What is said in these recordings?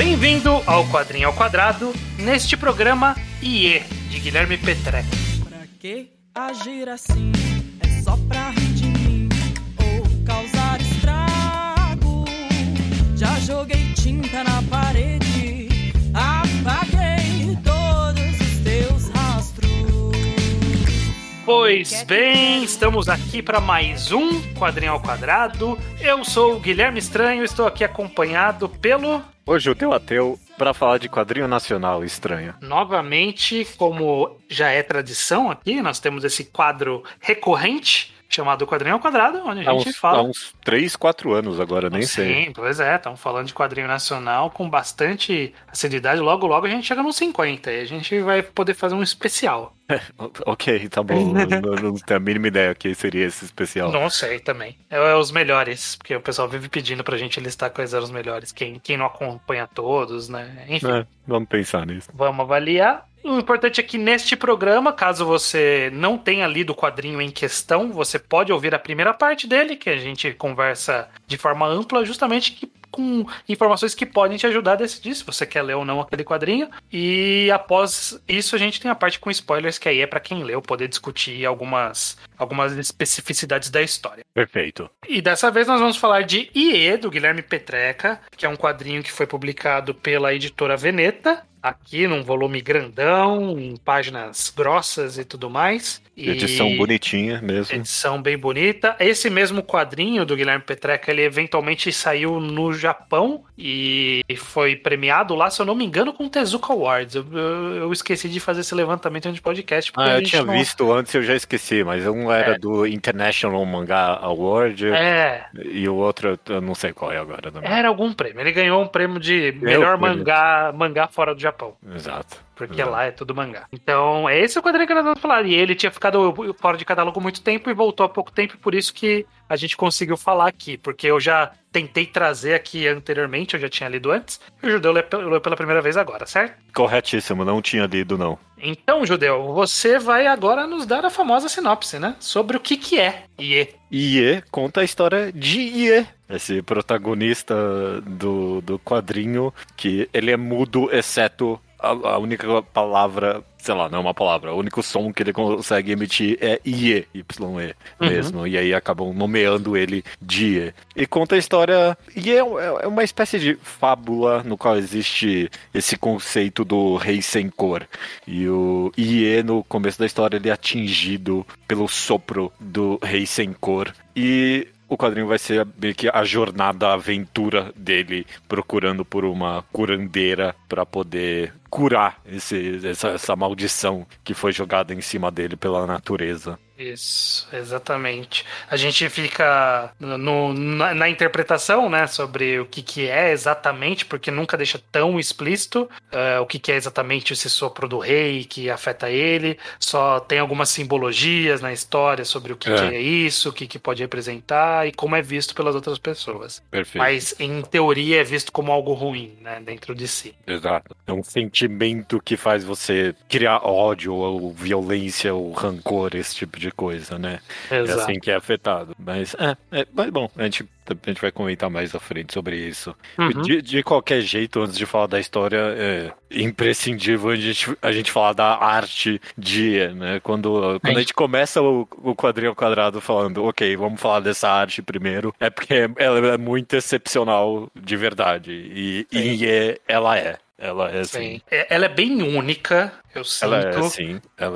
Bem-vindo ao Quadrinho ao Quadrado, neste programa IE, de Guilherme Petreca. Pra que agir assim? É só pra rir de mim ou causar estrago. Já joguei tinta na parede, apaguei todos os teus rastros. Pois bem, estamos aqui para mais um Quadrinho ao Quadrado. Eu sou o Guilherme Estranho, estou aqui acompanhado pelo... O Judeu Ateu, para falar de quadrinho nacional estranho. Novamente, como já é tradição aqui, nós temos esse quadro recorrente chamado Quadrinho ao Quadrado, onde a gente fala... Há uns 3, 4 anos agora, nem sei. Sim, pois é, estamos falando de quadrinho nacional com bastante assiduidade. Logo, logo a gente chega nos 50 e a gente vai poder fazer um especial. Ok, tá bom. Não tenho a mínima ideia que seria esse especial. Não sei também. É os melhores, porque o pessoal vive pedindo pra gente listar quais eram os melhores. Quem não acompanha todos, né? Enfim. Vamos pensar nisso. Vamos avaliar. O importante é que neste programa, caso você não tenha lido o quadrinho em questão, você pode ouvir a primeira parte dele, que a gente conversa de forma ampla, justamente com informações que podem te ajudar a decidir se você quer ler ou não aquele quadrinho. E após isso a gente tem a parte com spoilers, que aí é pra quem leu poder discutir algumas especificidades da história. Perfeito. E dessa vez nós vamos falar de IE, do Guilherme Petreca, que é um quadrinho que foi publicado pela editora Veneta, aqui num volume grandão, em páginas grossas e tudo mais. Edição bonitinha mesmo. Edição bem bonita. Esse mesmo quadrinho do Guilherme Petreca, ele eventualmente saiu no Japão e foi premiado lá, se eu não me engano, com o Tezuka Awards. Eu esqueci de fazer esse levantamento antes de podcast. Eu tinha visto antes, eu já esqueci, mas um era do International Manga Award e o outro eu não sei qual é agora. Também. Era algum prêmio. Ele ganhou um prêmio de melhor mangá fora do Japão. Exato. Porque lá é tudo mangá. Então, esse é o quadrinho que nós vamos falar. E ele tinha ficado fora de catálogo muito tempo e voltou há pouco tempo, por isso que a gente conseguiu falar aqui. Porque eu já tentei trazer aqui anteriormente, eu já tinha lido antes, e o Judeu leu pela primeira vez agora, certo? Corretíssimo, não tinha lido, não. Então, Judeu, você vai agora nos dar a famosa sinopse, né? Sobre o que é IE. IE conta a história de IE, esse protagonista do quadrinho, que ele é mudo, exceto a única palavra, sei lá, não é uma palavra, o único som que ele consegue emitir é IE, Y-E mesmo, e aí acabam nomeando ele de IE. E conta a história, e é uma espécie de fábula no qual existe esse conceito do rei sem cor. E o IE, no começo da história, ele é atingido pelo sopro do rei sem cor. E o quadrinho vai ser meio que a jornada, a aventura dele procurando por uma curandeira para poder curar essa maldição que foi jogada em cima dele pela natureza. Isso, exatamente. A gente fica na interpretação, né, sobre o que é exatamente, porque nunca deixa tão explícito o que é exatamente esse sopro do rei que afeta ele. Só tem algumas simbologias na história sobre o que é isso, o que pode representar e como é visto pelas outras pessoas. Perfeito. Mas, em teoria, é visto como algo ruim, né, dentro de si. Exato. É um sentimento que faz você criar ódio ou violência ou rancor, esse tipo de coisa, né? Exato. É assim que é afetado. Mas bom, a gente vai comentar mais à frente sobre isso. De qualquer jeito, antes de falar da história, é imprescindível a gente falar da arte de, né? Quando a gente começa o quadrinho ao quadrado falando, ok, vamos falar dessa arte primeiro, é porque ela é muito excepcional de verdade. E ela é. Ela é assim. Ela é bem única, eu sinto. Ela é assim.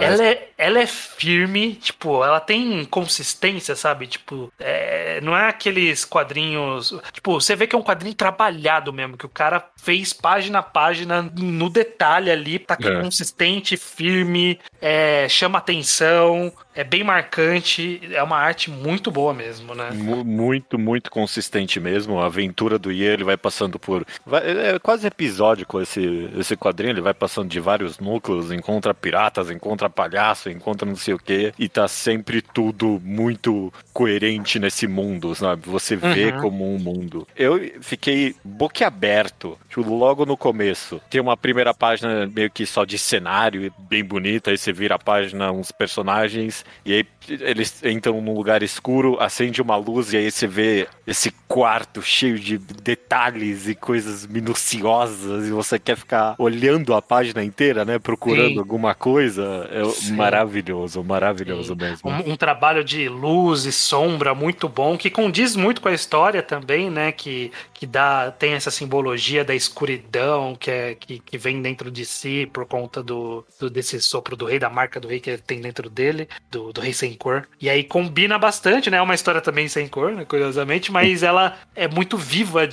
Ela é firme, tipo, ela tem consistência, sabe? Tipo, não é aqueles quadrinhos... Tipo, você vê que é um quadrinho trabalhado mesmo, que o cara fez página a página no detalhe ali, tá aqui consistente, firme, chama atenção, é bem marcante, é uma arte muito boa mesmo, né? Muito, muito consistente mesmo. A aventura do IE, ele vai passando por... É quase episódico esse quadrinho, ele vai passando de vários núcleos, encontra piratas, encontra palhaço, encontra não sei o quê, e tá sempre tudo muito coerente nesse mundo, sabe? Você vê como um mundo. Eu fiquei boquiaberto, logo no começo. Tem uma primeira página meio que só de cenário, bem bonita, aí você vira a página, uns personagens, e aí eles entram num lugar escuro, acende uma luz, e aí você vê esse quarto cheio de detalhes e coisas minuciosas e você quer ficar olhando a página inteira, né? Procurando alguma coisa. Maravilhoso mesmo. Um trabalho de luz e sombra muito bom, que condiz muito com a história também, né? Que tem essa simbologia da escuridão que vem dentro de si por conta desse sopro do rei, da marca do rei que tem dentro dele, do rei sem cor. E aí combina bastante, né? É uma história também sem cor, né, curiosamente, mas ela é muito viva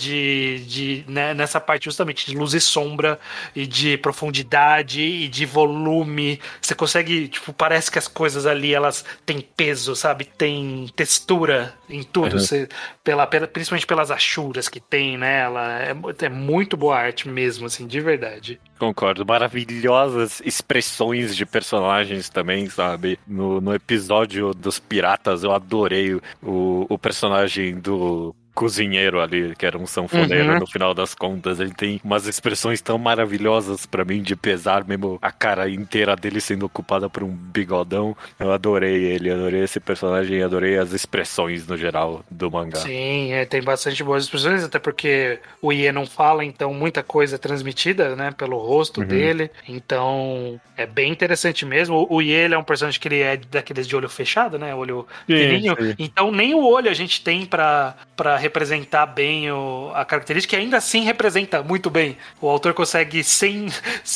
né, nessa parte justamente de luz e sombra e de profundidade e de volume. Você consegue, tipo, parece que as coisas ali, elas têm peso, sabe? Tem textura em tudo. Você, principalmente pelas achuras que tem, né? Ela é muito boa arte mesmo, assim, de verdade. Concordo. Maravilhosas expressões de personagens também, sabe? No episódio dos piratas, eu adorei o personagem do cozinheiro ali, que era um sanfoneiro, no final das contas. Ele tem umas expressões tão maravilhosas pra mim, de pesar mesmo a cara inteira dele sendo ocupada por um bigodão. Eu adorei ele, adorei esse personagem, adorei as expressões no geral do mangá. Sim, tem bastante boas expressões, até porque o Ie não fala, então muita coisa é transmitida, né, pelo rosto dele. Então é bem interessante mesmo. O Ie, ele é um personagem que ele é daqueles de olho fechado, né, olho fininho. Então nem o olho a gente tem pra representar bem a característica, e ainda assim representa muito bem. O autor consegue, sem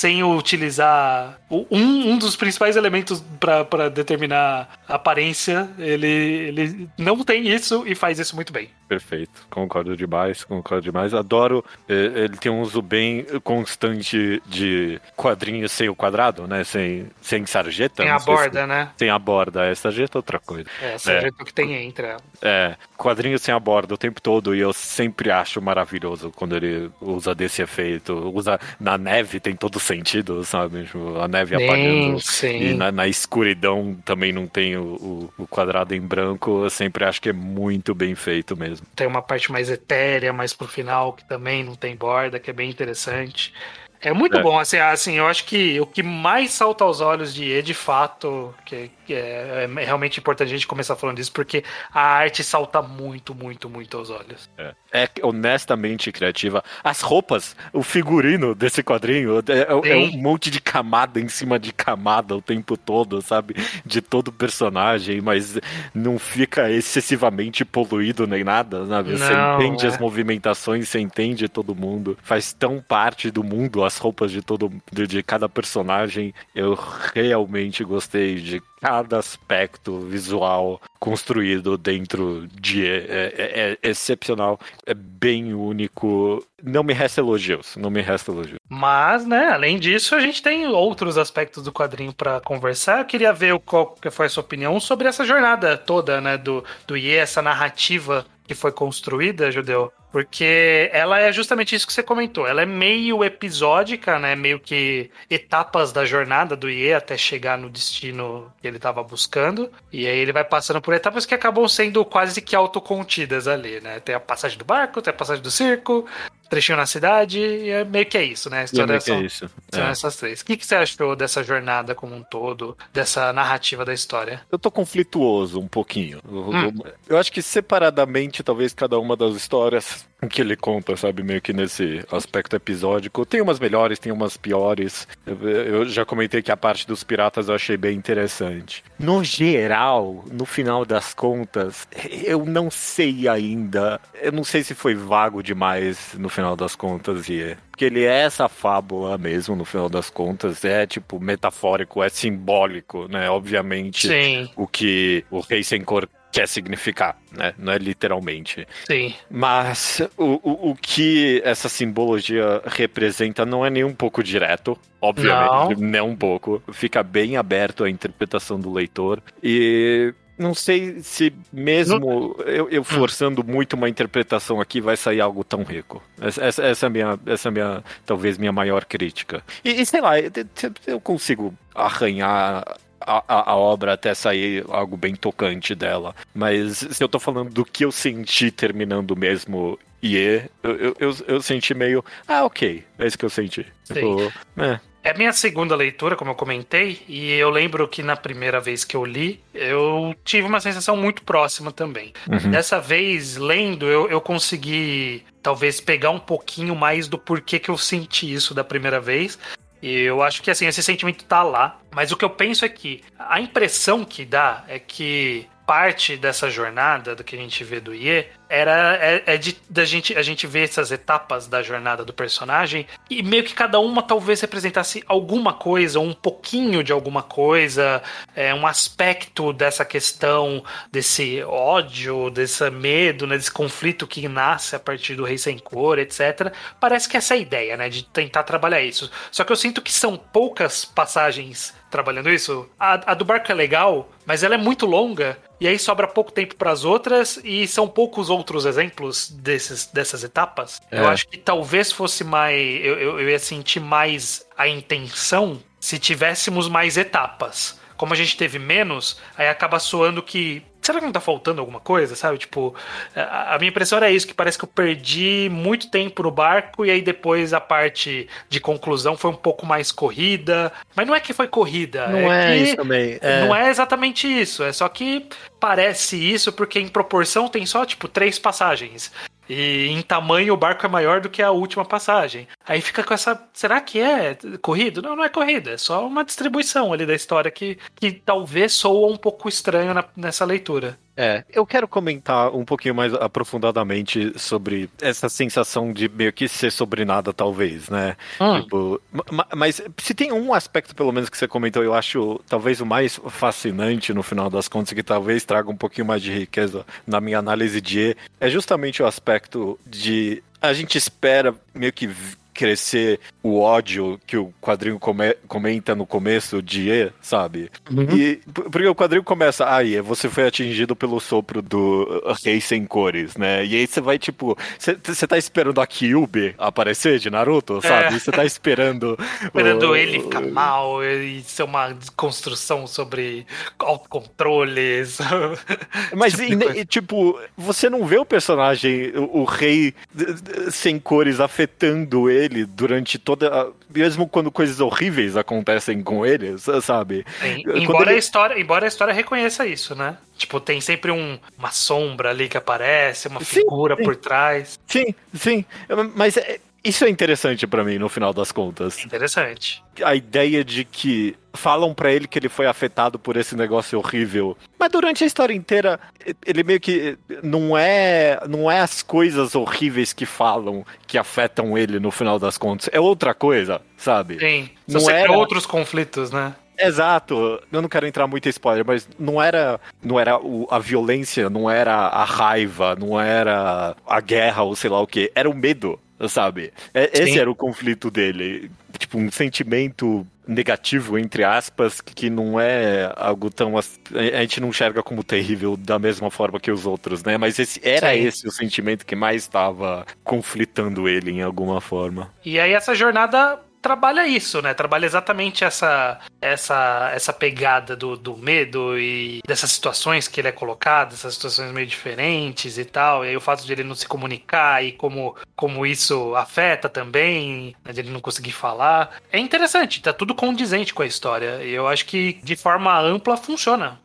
utilizar um dos principais elementos para determinar a aparência, ele não tem isso e faz isso muito bem. Perfeito, concordo demais. Adoro, ele tem um uso bem constante de quadrinhos sem o quadrado, né? Sem sarjeta. Tem a borda, né? Sem a borda, sarjeta é outra coisa. Sarjeta que tem entre ela. Quadrinhos sem a borda o tempo todo, e eu sempre acho maravilhoso quando ele usa desse efeito. Usa na neve, tem todo sentido, sabe? A neve apagando. Sim. E na escuridão também não tem o quadrado em branco. Eu sempre acho que é muito bem feito mesmo. Tem uma parte mais etérea, mais pro final, que também não tem borda, que é bem interessante. É muito bom, assim, eu acho que o que mais salta aos olhos de fato, que é realmente importante a gente começar falando disso, porque a arte salta muito, muito, muito aos olhos. É honestamente criativa. As roupas, o figurino desse quadrinho é um monte de camada em cima de camada o tempo todo, sabe? De todo personagem, mas não fica excessivamente poluído nem nada, sabe? Você entende as movimentações, você entende todo mundo, faz tão parte do mundo as roupas de cada personagem. Eu realmente gostei de cada aspecto visual construído dentro de... É excepcional, é bem único. Não me resta elogios. Mas, né, além disso, a gente tem outros aspectos do quadrinho pra conversar. Eu queria ver qual que foi a sua opinião sobre essa jornada toda, né, do Ie, essa narrativa que foi construída, Judeu, porque ela é justamente isso que você comentou. Ela é meio episódica, né? Meio que etapas da jornada do Ie até chegar no destino que ele estava buscando. E aí ele vai passando por etapas que acabam sendo quase que autocontidas ali, né? Tem a passagem do barco, tem a passagem do circo, trechinho na cidade, e meio que é isso, né? A história são essas três. O que você achou dessa jornada como um todo, dessa narrativa da história? Eu tô conflituoso um pouquinho. Eu acho que separadamente, talvez cada uma das histórias que ele conta, sabe, meio que nesse aspecto episódico, tem umas melhores, tem umas piores. Eu já comentei que a parte dos piratas eu achei bem interessante. No geral, no final das contas, eu não sei ainda. Eu não sei se foi vago demais no final das contas, porque ele é essa fábula mesmo, no final das contas, é tipo metafórico, é simbólico, né? Obviamente, sim, o que o rei sem cor quer significar, né? Não é literalmente. Sim. Mas o que essa simbologia representa não é nem um pouco direto, obviamente, nem um pouco. Fica bem aberto à interpretação do leitor. E não sei se mesmo eu forçando muito uma interpretação aqui vai sair algo tão rico. Essa é a minha, talvez, minha maior crítica. E sei lá, eu consigo arranhar a obra até sair algo bem tocante dela. Mas se eu tô falando do que eu senti terminando mesmo, eu senti meio... ok, é isso que eu senti. Sim. É minha segunda leitura, como eu comentei, e eu lembro que na primeira vez que eu li, eu tive uma sensação muito próxima também. Dessa vez, lendo, eu consegui talvez pegar um pouquinho mais do porquê que eu senti isso da primeira vez. E eu acho que, assim, esse sentimento tá lá. Mas o que eu penso é que a impressão que dá é que parte dessa jornada do que a gente vê do Ye a gente ver essas etapas da jornada do personagem e meio que cada uma talvez representasse alguma coisa, um pouquinho de alguma coisa, um aspecto dessa questão, desse ódio, desse medo, né, desse conflito que nasce a partir do Rei Sem Cor, etc. Parece que essa é a ideia, né, de tentar trabalhar isso. Só que eu sinto que são poucas passagens trabalhando isso. A do barco é legal, mas ela é muito longa, e aí sobra pouco tempo para as outras, e são poucos outros exemplos dessas etapas. Eu acho que talvez fosse mais... Eu ia sentir mais a intenção se tivéssemos mais etapas. Como a gente teve menos, aí acaba soando que... Será que não tá faltando alguma coisa, sabe? Tipo, a minha impressão era isso, que parece que eu perdi muito tempo no barco e aí depois a parte de conclusão foi um pouco mais corrida. Mas não é que foi corrida. Não é que isso também. Não é exatamente isso. É só que parece isso porque em proporção tem só, tipo, 3 passagens. E em tamanho o barco é maior do que a última passagem. Aí fica com essa... Será que é corrido? Não, não é corrida. É só uma distribuição ali da história que talvez soa um pouco estranho nessa leitura. Eu quero comentar um pouquinho mais aprofundadamente sobre essa sensação de meio que ser sobre nada, talvez, né? Tipo, mas se tem um aspecto, pelo menos, que você comentou, eu acho talvez o mais fascinante no final das contas, que talvez traga um pouquinho mais de riqueza na minha análise de é justamente o aspecto de a gente espera meio que crescer o ódio que o quadrinho comenta no começo de E, sabe? E porque o quadrinho começa, você foi atingido pelo sopro do Rei Sem Cores, né? E aí você vai, tipo, você tá esperando a Kyuubi aparecer de Naruto, sabe? Você tá esperando... ele ficar mal e ser uma construção sobre autocontroles. Mas, tipo, você não vê o personagem, o Rei Sem Cores afetando ele durante toda... Mesmo quando coisas horríveis acontecem com ele, sabe? Embora a história reconheça isso, né? Tipo, tem sempre uma sombra ali que aparece, uma figura por trás. Sim. Mas isso é interessante pra mim, no final das contas. Interessante. A ideia de que falam pra ele que ele foi afetado por esse negócio horrível, mas durante a história inteira ele meio que não é as coisas horríveis que falam que afetam ele no final das contas, é outra coisa, sabe? Sim, são sempre outros conflitos, né? Exato, eu não quero entrar muito em spoiler, mas não era a violência, não era a raiva, não era a guerra ou sei lá o que, era o medo, sabe? Esse era o conflito dele, tipo, um sentimento negativo, entre aspas, que não é algo tão... A gente não enxerga como terrível da mesma forma que os outros, né? Mas esse o sentimento que mais estava conflitando ele em alguma forma. E aí essa jornada trabalha isso, né? Trabalha exatamente essa pegada do medo e dessas situações que ele é colocado, essas situações meio diferentes e tal, e aí o fato de ele não se comunicar e como isso afeta também, né, de ele não conseguir falar. É interessante, tá tudo condizente com a história, e eu acho que de forma ampla funciona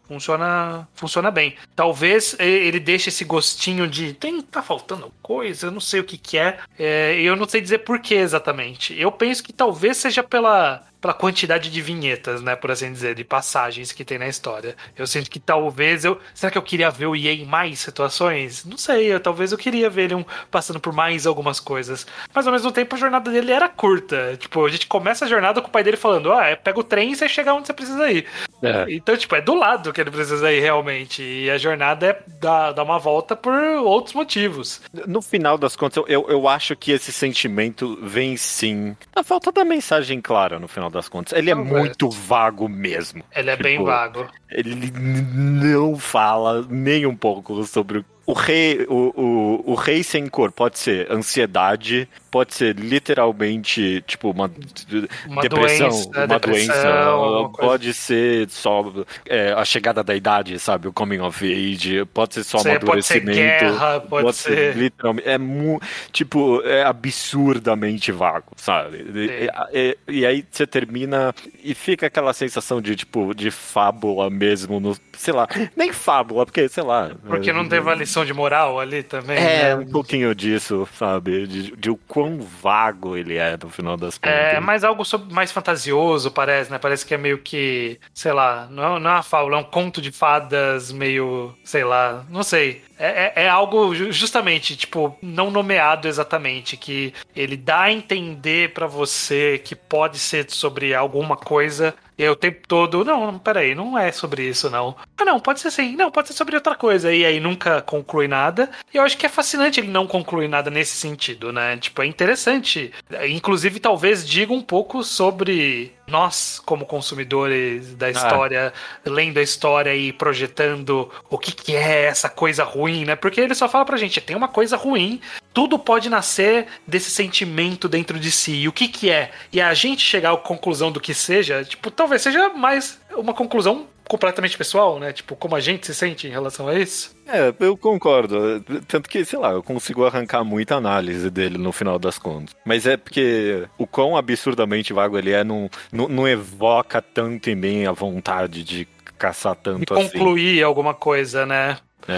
bem. Talvez ele deixe esse gostinho de tá faltando coisa, eu não sei o que é, e eu não sei dizer por que exatamente. Eu penso que talvez seja pela quantidade de vinhetas, né, por assim dizer, de passagens que tem na história. Eu sinto que talvez será que eu queria ver o Ye em mais situações? Não sei, talvez eu queria ver ele passando por mais algumas coisas. Mas ao mesmo tempo a jornada dele era curta. Tipo, a gente começa a jornada com o pai dele falando, pega o trem e você chega onde você precisa ir. Então, tipo, é do lado que ele precisa ir realmente. E a jornada é dar uma volta por outros motivos. No final das contas, eu acho que esse sentimento vem sim da falta da mensagem clara no final das contas. Ele é muito vago mesmo. Ele é bem vago. Ele não fala nem um pouco sobre o rei sem cor. Pode ser ansiedade, pode ser literalmente, tipo, uma depressão, uma doença, pode ser só a chegada da idade, sabe? O coming of age, pode ser só amadurecimento. Pode ser guerra, pode ser... literalmente, é absurdamente vago, sabe? E aí você termina e fica aquela sensação de, tipo, de fábula mesmo, sei lá, nem fábula, porque, sei lá... Porque não teve a lição de moral ali também, né? Um pouquinho disso, sabe? De o quão vago ele é, no final das contas. É, mas algo mais fantasioso, parece, né? Parece que é meio que, sei lá, não é uma fábula, é um conto de fadas meio, sei lá, não sei. É algo justamente, tipo, não nomeado exatamente, que ele dá a entender pra você que pode ser sobre alguma coisa, e aí o tempo todo, não, peraí, não é sobre isso, não. Ah, não, pode ser sim, não, pode ser sobre outra coisa, e aí nunca conclui nada, e eu acho que é fascinante ele não concluir nada nesse sentido, né? Tipo, é interessante, inclusive talvez diga um pouco sobre... nós, como consumidores da história, lendo a história e projetando o que é essa coisa ruim, né? Porque ele só fala pra gente, tem uma coisa ruim, tudo pode nascer desse sentimento dentro de si. E o que é? E a gente chegar à conclusão do que seja, tipo, talvez seja mais uma conclusão completamente pessoal, né? Tipo, como a gente se sente em relação a isso. Eu concordo. Tanto que, sei lá, eu consigo arrancar muita análise dele no final das contas. Mas é porque o quão absurdamente vago ele é, não evoca tanto em mim a vontade de caçar tanto assim. De concluir alguma coisa, né?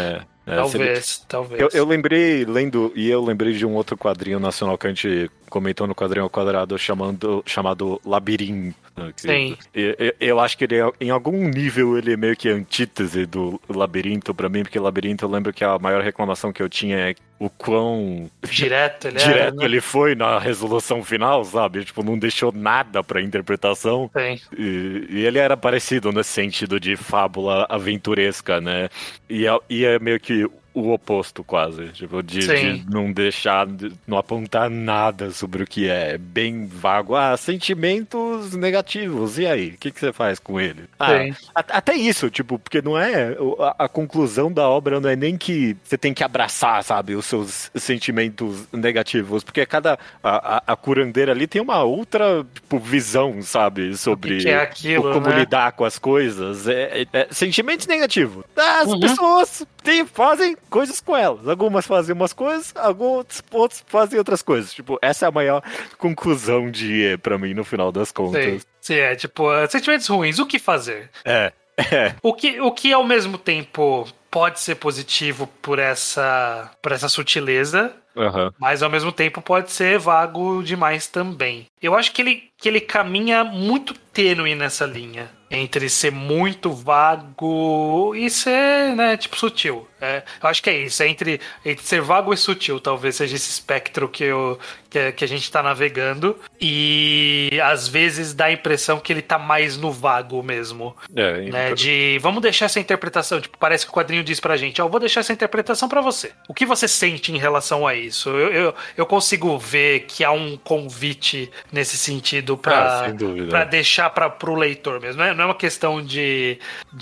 Talvez. Eu lembrei, lendo, e eu lembrei de um outro quadrinho nacional que a gente comentou no Quadrinho ao Quadrado, chamado Labirinto. Sim. Eu acho que ele, em algum nível, ele é meio que a antítese do Labirinto pra mim, porque Labirinto, eu lembro que a maior reclamação que eu tinha é o quão direto ele foi na resolução final, sabe? Tipo, não deixou nada pra interpretação. Sim. E ele era parecido nesse sentido de fábula aventuresca, né? E é meio que o oposto, quase. Tipo, de não deixar, não apontar nada sobre o que é. Bem vago. Sentimentos negativos. E aí? O que você faz com ele? Até isso, tipo, porque não é... A conclusão da obra não é nem que você tem que abraçar, sabe, os seus sentimentos negativos. Porque a curandeira ali tem uma outra, tipo, visão, sabe, sobre que é aquilo, como lidar com as coisas. Sentimentos negativos. As pessoas fazem coisas com elas. Algumas fazem umas coisas, outros fazem outras coisas. Tipo, essa é a maior conclusão de pra mim, no final das contas. Sim, tipo, sentimentos ruins, o que fazer? O que ao mesmo tempo pode ser positivo por essa sutileza, mas ao mesmo tempo pode ser vago demais também. Eu acho que ele caminha muito tênue nessa linha, entre ser muito vago e ser, né, tipo, sutil. Eu acho que é isso, entre ser vago e sutil, talvez seja esse espectro que a gente tá navegando, e às vezes dá a impressão que ele tá mais no vago mesmo. Né, vamos deixar essa interpretação, tipo, parece que o quadrinho diz pra gente, eu vou deixar essa interpretação pra você. O que você sente em relação a isso? Eu consigo ver que há um convite nesse sentido pra deixar pro leitor mesmo. Não é uma questão de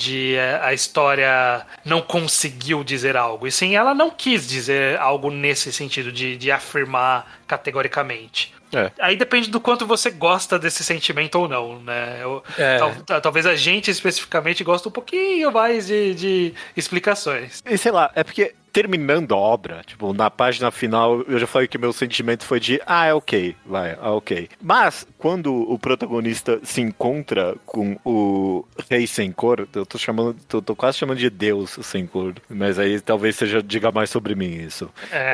a história não conseguiu dizer algo, e sim, ela não quis dizer algo nesse sentido de afirmar categoricamente. Aí depende do quanto você gosta desse sentimento ou não, né? Talvez a gente especificamente goste um pouquinho mais de explicações. E sei lá, é porque terminando a obra, tipo, na página final, eu já falei que meu sentimento foi de, ok. Mas, quando o protagonista se encontra com o Rei Sem Cor, eu tô quase chamando de Deus Sem Cor, mas aí talvez diga mais sobre mim isso.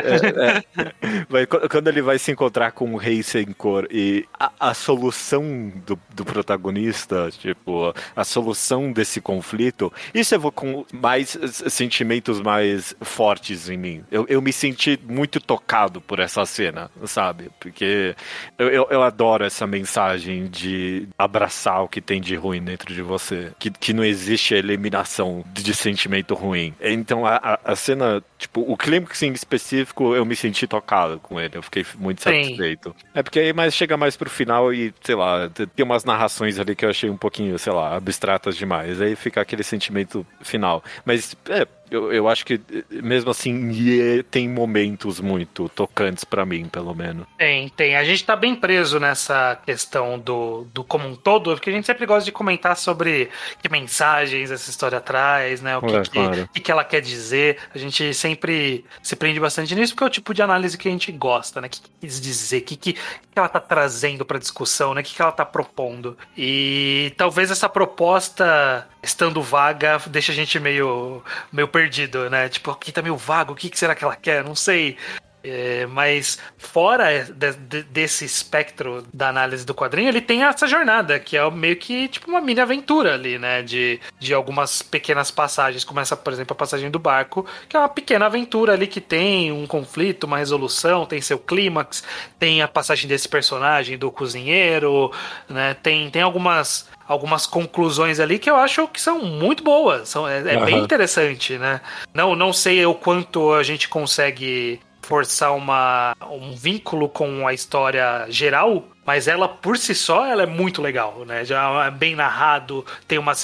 Quando ele vai se encontrar com o Rei Sem Cor e a solução do protagonista, tipo, a solução desse conflito, isso evocou mais sentimentos mais fortes em mim. Eu me senti muito tocado por essa cena, sabe? Porque eu adoro essa mensagem de abraçar o que tem de ruim dentro de você. Que não existe eliminação de sentimento ruim. Então a cena, tipo, o clímax em específico, eu me senti tocado com ele. Eu fiquei muito satisfeito. É porque aí chega mais pro final e, sei lá, tem umas narrações ali que eu achei um pouquinho, sei lá, abstratas demais. Aí fica aquele sentimento final. Mas, eu acho que, mesmo assim, tem momentos muito tocantes pra mim, pelo menos. Tem. A gente tá bem preso nessa questão do como um todo, porque a gente sempre gosta de comentar sobre que mensagens essa história traz, né? Claro. Que ela quer dizer. A gente sempre se prende bastante nisso, porque é o tipo de análise que a gente gosta, né? O que quis dizer, o que ela tá trazendo pra discussão, né? O que ela tá propondo. E talvez essa proposta, estando vaga, deixa a gente meio perdido, né? Tipo, aqui tá meio vago, o que será que ela quer? Não sei. Mas fora desse espectro da análise do quadrinho, ele tem essa jornada, que é meio que tipo uma mini aventura ali, né? De algumas pequenas passagens. Começa, por exemplo, a passagem do barco, que é uma pequena aventura ali que tem um conflito, uma resolução, tem seu clímax, tem a passagem desse personagem do cozinheiro, né? Tem algumas conclusões ali que eu acho que são muito boas. Bem interessante, né? Não sei o quanto a gente consegue forçar um vínculo com a história geral, mas ela, por si só, ela é muito legal, né? Já é bem narrado, tem umas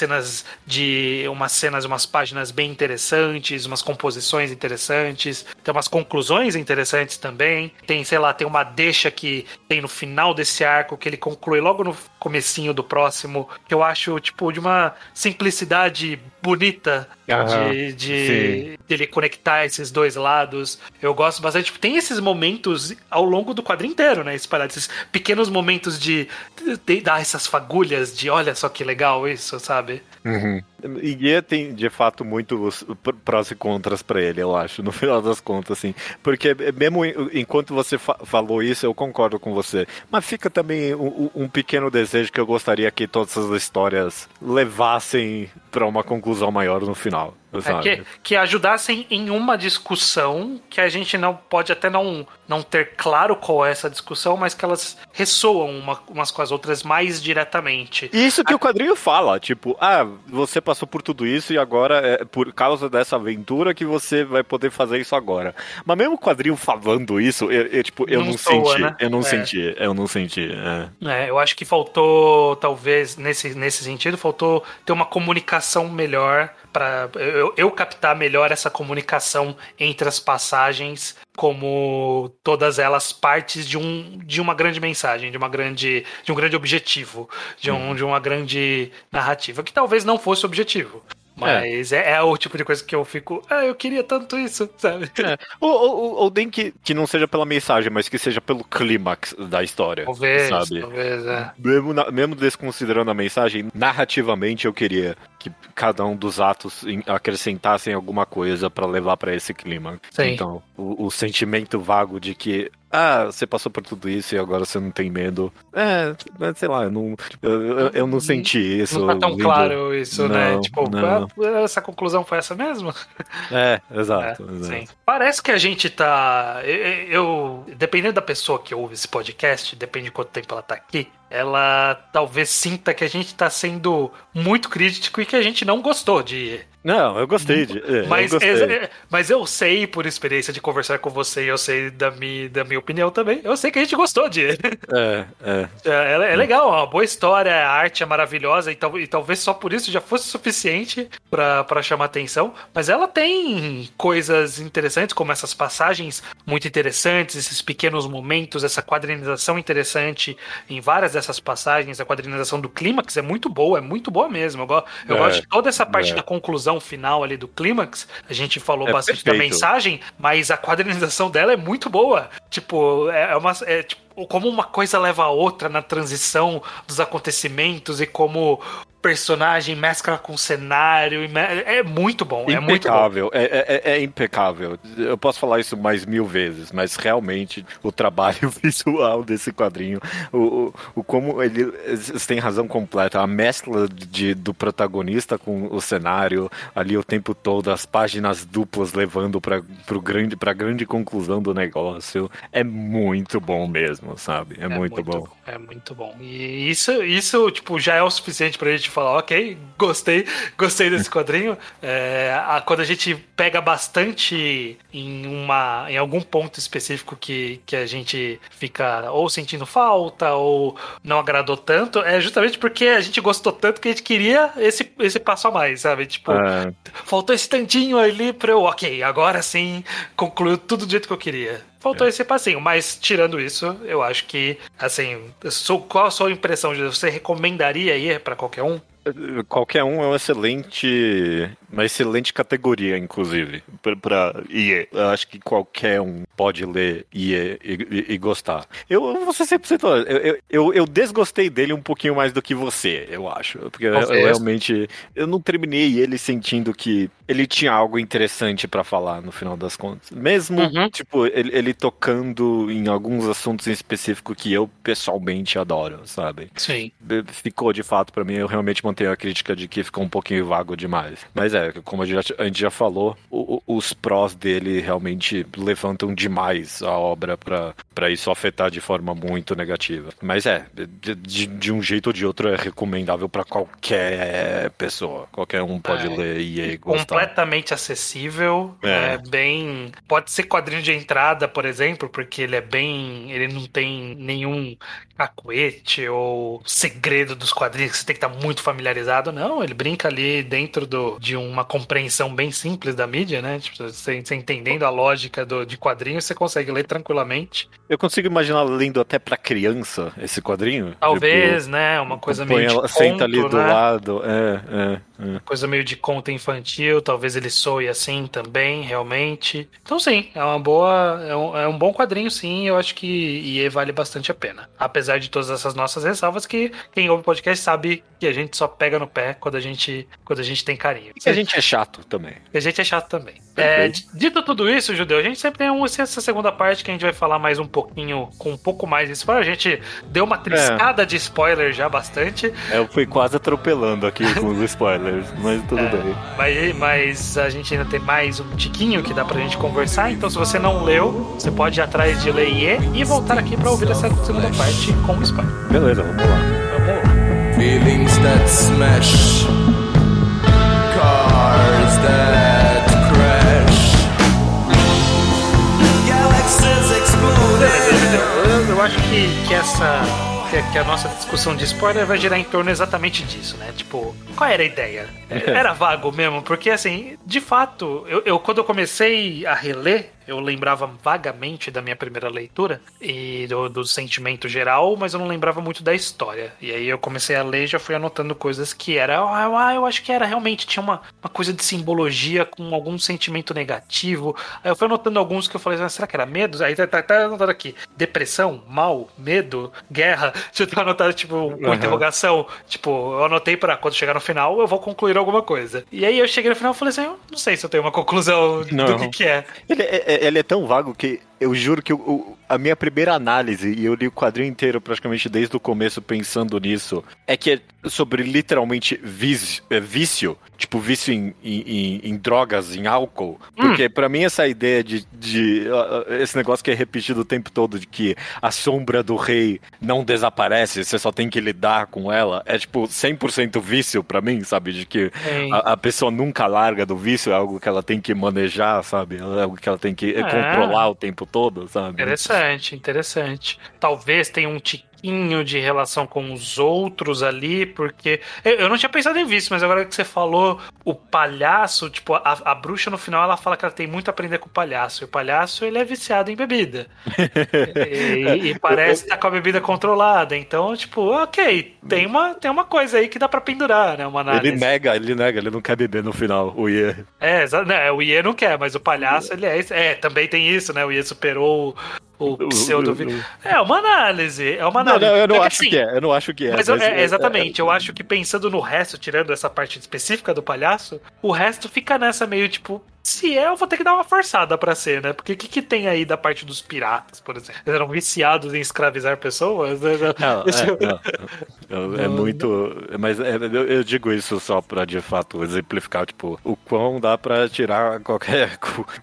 páginas bem interessantes, umas composições interessantes, tem umas conclusões interessantes também. Tem, sei lá, tem uma deixa que tem no final desse arco, que ele conclui logo no comecinho do próximo, que eu acho, tipo, de uma simplicidade bonita de ele conectar esses dois lados. Eu gosto bastante. Tipo, tem esses momentos ao longo do quadrinho inteiro, né? Espalhados, esses pequenos momentos de dar essas fagulhas de olha só que legal isso, sabe? Uhum. E Guia tem, de fato, muitos prós e contras pra ele, eu acho, no final das contas, assim. Porque mesmo enquanto você falou isso, eu concordo com você. Mas fica também um pequeno desejo que eu gostaria que todas as histórias levassem pra uma conclusão maior no final. Que ajudassem em uma discussão que a gente não pode até não ter claro qual é essa discussão, mas que elas ressoam umas com as outras mais diretamente. Isso que o quadrinho fala, tipo, você passou por tudo isso e agora é por causa dessa aventura que você vai poder fazer isso agora. Mas mesmo o quadrinho falando isso, eu não senti, né? Eu não senti. Eu acho que faltou, talvez, nesse sentido, faltou ter uma comunicação melhor para eu captar melhor essa comunicação entre as passagens, como todas elas partes de uma grande mensagem, de um grande objetivo, de uma grande narrativa, que talvez não fosse o objetivo. Mas é o tipo de coisa que eu fico... eu queria tanto isso, sabe? Ou nem que não seja pela mensagem, mas que seja pelo clímax da história, sabe? Talvez, Mesmo desconsiderando a mensagem, narrativamente eu queria que cada um dos atos acrescentassem alguma coisa pra levar pra esse clímax. Sim. Então, o sentimento vago de que você passou por tudo isso e agora você não tem medo. Sei lá, eu não senti isso. Não tá tão claro isso, né? Tipo, não. Essa conclusão foi essa mesmo? Exato. Sim. Parece que a gente tá... dependendo da pessoa que ouve esse podcast, depende de quanto tempo ela tá aqui, ela talvez sinta que a gente tá sendo muito crítico e que a gente não gostou de... Não, eu gostei mas eu sei, por experiência de conversar com você, e eu sei da minha opinião também, eu sei que a gente gostou de ele. É legal, é uma boa história, a arte é maravilhosa, e talvez só por isso já fosse suficiente pra chamar atenção, mas ela tem coisas interessantes, como essas passagens muito interessantes, esses pequenos momentos, essa quadrinização interessante em várias dessas passagens, a quadrinização do clímax é muito boa mesmo. Eu gosto de toda essa parte da conclusão final ali do clímax. A gente falou bastante perfeito. da mensagem, mas a quadrinização dela é muito boa. Tipo, como uma coisa leva a outra na transição dos acontecimentos e como personagem mescla com o cenário. É muito bom. Impecável. É impecável. Eu posso falar isso mais 1000 vezes, mas realmente o trabalho visual desse quadrinho, como eles têm razão completa, a mescla do protagonista com o cenário ali o tempo todo, as páginas duplas levando pra grande conclusão do negócio, é muito bom mesmo, sabe? É muito bom. É muito bom. E isso tipo, já é o suficiente pra gente falar, ok, gostei desse quadrinho. Quando a gente pega bastante em algum ponto específico que a gente fica ou sentindo falta ou não agradou tanto, é justamente porque a gente gostou tanto que a gente queria esse passo a mais, sabe? Tipo, faltou esse tantinho ali pra eu, ok, agora sim, concluiu tudo do jeito que eu queria. Faltou esse passinho, mas tirando isso, eu acho que, assim, qual a sua impressão? Você recomendaria aí pra qualquer um? Qualquer um é uma excelente categoria, inclusive, pra IE. Eu acho que qualquer um pode ler IE e gostar. Eu vou ser 100% eu desgostei dele um pouquinho mais do que você, eu acho. Porque eu realmente, eu não terminei ele sentindo que ele tinha algo interessante pra falar no final das contas. Mesmo, tipo, ele tocando em alguns assuntos em específico que eu pessoalmente adoro, sabe? Sim. Ficou de fato pra mim, eu realmente mantenho a crítica de que ficou um pouquinho vago demais. Mas como a gente já falou, os prós dele realmente levantam demais a obra pra isso afetar de forma muito negativa. Mas de um jeito ou de outro é recomendável pra qualquer pessoa. Qualquer um pode ler e gostar. Completamente acessível. Pode ser quadrinho de entrada, por exemplo, porque ele não tem nenhum cacuete ou segredo dos quadrinhos que você tem que estar muito familiarizado, não. Ele brinca ali dentro de uma compreensão bem simples da mídia, né? Tipo, você entendendo a lógica de quadrinho, você consegue ler tranquilamente. Eu consigo imaginar lendo até pra criança esse quadrinho. Talvez, tipo, né? Uma coisa meio de conto, senta ali do lado. Uma coisa meio de conto infantil, talvez ele soe assim também, realmente. Então sim, é um bom quadrinho, sim. Eu acho que IE vale bastante a pena. Apesar de todas essas nossas ressalvas, que quem ouve o podcast sabe que a gente só pega no pé quando a gente tem carinho. E a gente é chato também. A gente é chato também. Dito tudo isso, Judeu, a gente sempre tem essa segunda parte que a gente vai falar mais um pouquinho, com um pouco mais de spoiler. A gente deu uma triscada de spoiler já bastante. Eu fui quase atropelando aqui com os spoilers, mas tudo bem. Mas a gente ainda tem mais um tiquinho que dá pra gente conversar, então se você não leu, você pode ir atrás de ler IE e voltar aqui pra ouvir essa segunda parte com spoiler. Beleza, vamos lá. Feelings that smash, cars that crash, galaxies exploding. Eu acho que a nossa discussão de spoiler vai girar em torno exatamente disso, né? Tipo, qual era a ideia? Era vago mesmo? Porque, assim, de fato, quando eu comecei a reler, eu lembrava vagamente da minha primeira leitura e do sentimento geral, mas eu não lembrava muito da história. E aí eu comecei a ler e já fui anotando coisas que eu acho que era realmente, tinha uma coisa de simbologia com algum sentimento negativo. Aí eu fui anotando alguns que eu falei, será que era medo? Aí tá anotado aqui, depressão, mal, medo, guerra. Deixa eu anotar, tipo, com interrogação. Tipo, eu anotei pra quando chegar no final, eu vou concluir alguma coisa. E aí eu cheguei no final e falei assim, eu não sei se eu tenho uma conclusão do que é. Ele é tão vago que eu juro que a minha primeira análise, e eu li o quadrinho inteiro praticamente desde o começo pensando nisso, é que é sobre literalmente vício, tipo vício em drogas, em álcool. Porque pra mim essa ideia de esse negócio que é repetido o tempo todo, de que a sombra do rei não desaparece, você só tem que lidar com ela, é tipo 100% vício pra mim, sabe? De que a pessoa nunca larga do vício, é algo que ela tem que manejar, sabe? É algo que ela tem que controlar o tempo todo, sabe? Interessante. Talvez tenha um tiquinho de relação com os outros ali, porque eu não tinha pensado em vício, mas agora que você falou, o palhaço, tipo, a bruxa no final ela fala que ela tem muito a aprender com o palhaço, e o palhaço ele é viciado em bebida. e parece estar com a bebida controlada, então, tipo, ok, tem uma coisa aí que dá pra pendurar, né, uma análise. Ele nega, ele não quer beber no final, o IE. O IE não quer, mas o palhaço, ele também tem isso, né, o IE superou o pseudo... É uma análise. Não, eu não acho que é. Eu não acho que é. Mas exatamente. Eu acho que pensando no resto, tirando essa parte específica do palhaço, o resto fica nessa meio tipo... Se eu vou ter que dar uma forçada pra ser, né? Porque o que tem aí da parte dos piratas, por exemplo? Eles eram viciados em escravizar pessoas? É muito... Mas eu digo isso só pra, de fato, exemplificar, tipo, o quão dá pra tirar qualquer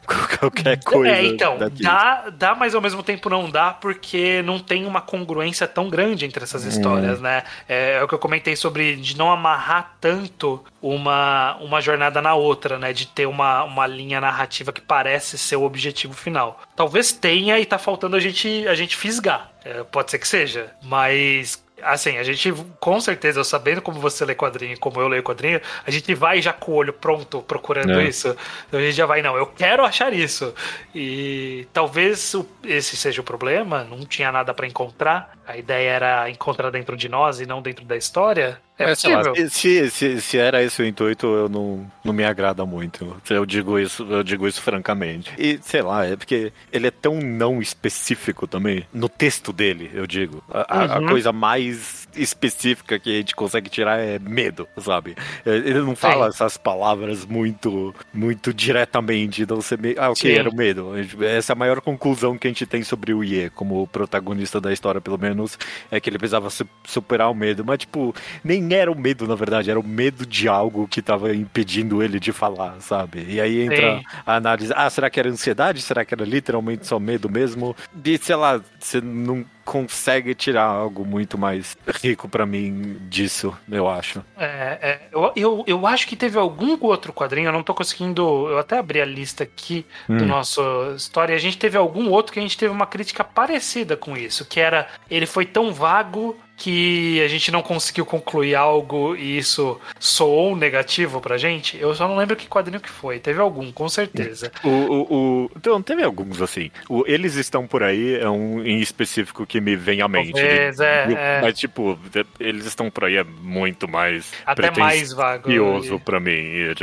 qualquer coisa. Então, daqui. dá, mas ao mesmo tempo não dá, porque não tem uma congruência tão grande entre essas histórias, né? É o que eu comentei sobre de não amarrar tanto uma jornada na outra, né? De ter uma linha narrativa que parece ser o objetivo final. Talvez tenha e tá faltando a gente fisgar. Pode ser que seja, mas... Assim, a gente, com certeza, eu sabendo como você lê quadrinho e como eu leio quadrinho, a gente vai já com o olho pronto procurando isso. Então a gente já vai, não, eu quero achar isso. E talvez esse seja o problema, não tinha nada pra encontrar. A ideia era encontrar dentro de nós e não dentro da história. Sei lá, se era esse o intuito, eu não me agrada muito. Eu digo isso francamente. E, sei lá, é porque ele é tão não específico também. No texto dele, eu digo. A coisa mais específica que a gente consegue tirar é medo, sabe? Ele não fala essas palavras muito diretamente. Então você era o medo. Essa é a maior conclusão que a gente tem sobre o Ye, como protagonista da história, pelo menos, é que ele precisava superar o medo. Mas, tipo, nem era o medo, na verdade, era o medo de algo que tava impedindo ele de falar, sabe? E aí entra a análise, será que era ansiedade? Será que era literalmente só medo mesmo? E, sei lá, você não consegue tirar algo muito mais rico pra mim disso, eu acho. Eu acho que teve algum outro quadrinho, eu não tô conseguindo, eu até abri a lista aqui do nosso história, e a gente teve algum outro que a gente teve uma crítica parecida com isso, que era, ele foi tão vago que a gente não conseguiu concluir algo e isso soou negativo pra gente. Eu só não lembro que quadrinho que foi. Teve algum, com certeza. Então, teve alguns, assim. Eles Estão Por Aí é um em específico que me vem à mente. Talvez, Mas, tipo, Eles Estão Por Aí é muito mais até mais vago pra mim.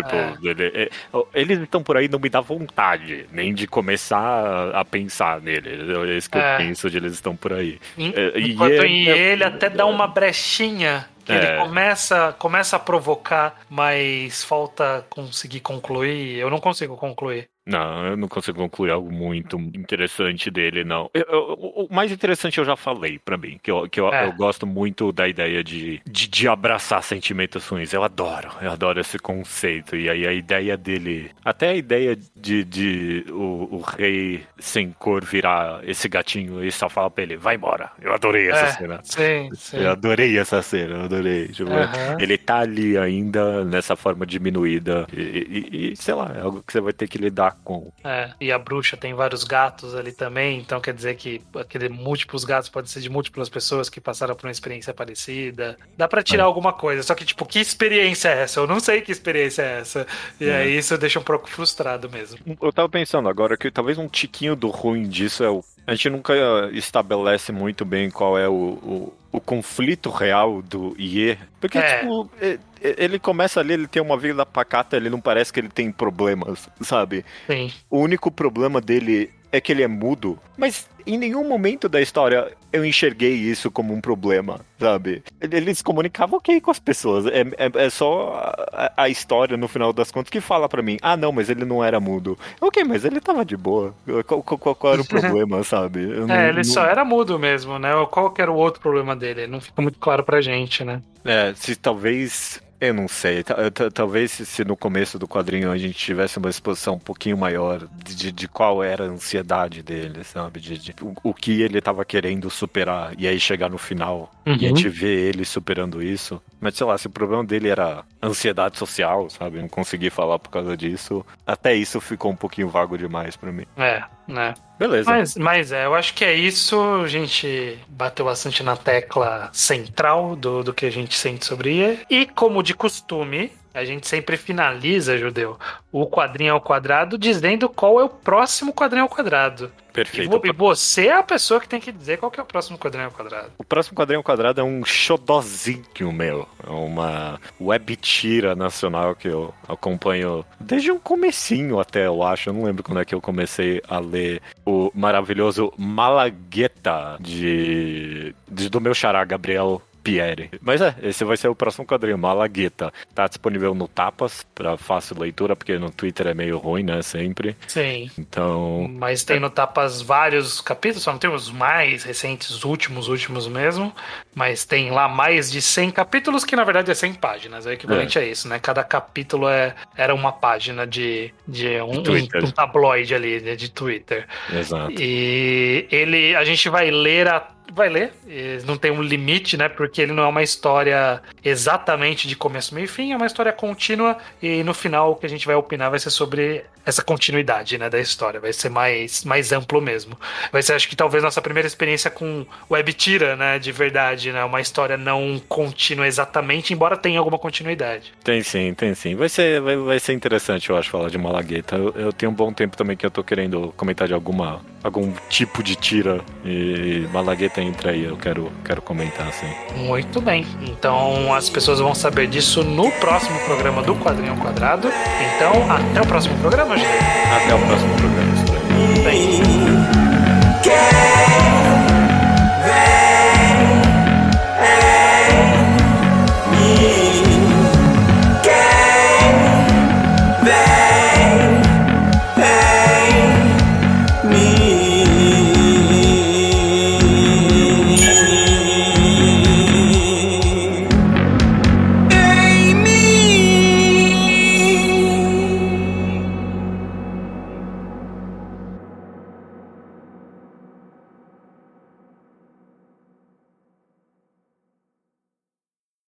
Eles Estão Por Aí não me dá vontade nem de começar a pensar nele. É isso que eu penso de Eles Estão Por Aí. Enquanto ele até dá uma brechinha que ele começa a provocar, mas falta conseguir concluir. Eu não consigo concluir. Não, eu não consigo concluir algo muito interessante dele, não. O mais interessante eu já falei pra mim, que eu gosto muito da ideia de abraçar sentimentos ruins. Eu adoro esse conceito. E aí a ideia dele, até a ideia de o rei sem cor virar esse gatinho e só falar pra ele, vai embora. Eu adorei essa cena. Sim. Eu adorei essa cena, eu adorei. Tipo, ele tá ali ainda nessa forma diminuída e sei lá, é algo que você vai ter que lidar com. E a bruxa tem vários gatos ali também, então quer dizer que aqueles múltiplos gatos podem ser de múltiplas pessoas que passaram por uma experiência parecida. Dá pra tirar alguma coisa, só que tipo, que experiência é essa? Eu não sei que experiência é essa. E aí isso deixa um pouco frustrado mesmo. Eu tava pensando agora que talvez um tiquinho do ruim disso a gente nunca estabelece muito bem qual é o conflito real do Ye. Porque, tipo, ele começa ali, ele tem uma vida pacata, ele não parece que ele tem problemas, sabe? Sim. O único problema dele é que ele é mudo, mas em nenhum momento da história eu enxerguei isso como um problema, sabe? Ele se comunicava ok com as pessoas, é só a história, no final das contas, que fala pra mim, não, mas ele não era mudo. Ok, mas ele tava de boa, qual era o problema, sabe? Ele só era mudo mesmo, né? Qual que era o outro problema dele? Não fica muito claro pra gente, né? Se talvez... Eu não sei, talvez se no começo do quadrinho a gente tivesse uma exposição um pouquinho maior de qual era a ansiedade dele, sabe? O que ele tava querendo superar, e aí chegar no final e a gente vê ele superando isso. Mas sei lá, se o problema dele era ansiedade social, sabe? Não consegui falar por causa disso, até isso ficou um pouquinho vago demais pra mim. Né? Beleza. Mas eu acho que é isso. A gente bateu bastante na tecla central do que a gente sente sobre ele. E como de costume, a gente sempre finaliza, Judeu, o quadrinho ao quadrado dizendo qual é o próximo quadrinho ao quadrado. Perfeito. E você é a pessoa que tem que dizer qual que é o próximo quadrinho ao quadrado. O próximo quadrinho ao quadrado é um xodozinho meu. É uma web tira nacional que eu acompanho desde um comecinho até, eu acho. Eu não lembro quando é que eu comecei a ler o maravilhoso Malagueta do meu xará, Gabriel Pierre. Mas esse vai ser o próximo quadrinho, Malagueta. Tá disponível no Tapas, pra fácil leitura, porque no Twitter é meio ruim, né, sempre. Sim. Então... Mas tem no Tapas vários capítulos, só não tem os mais recentes, os últimos mesmo, mas tem lá mais de 100 capítulos, que na verdade é 100 páginas, é o equivalente a isso, né? Cada capítulo era uma página de um tabloide ali, de Twitter. Exato. E a gente vai ler, não tem um limite, né? Porque ele não é uma história exatamente de começo, meio e fim, é uma história contínua e no final o que a gente vai opinar vai ser sobre essa continuidade, né, da história, vai ser mais amplo mesmo. Vai ser, acho que talvez, nossa primeira experiência com web tira, né, de verdade, né, uma história não contínua exatamente, embora tenha alguma continuidade. Tem sim. Vai ser interessante, eu acho, falar de Malagueta. Eu tenho um bom tempo também que eu tô querendo comentar de algum tipo de tira e Malagueta entra aí, eu quero comentar, assim. Muito bem. Então as pessoas vão saber disso no próximo programa do Quadrinho ao Quadrado. Então, até o próximo programa, gente. Até o próximo programa. Bem.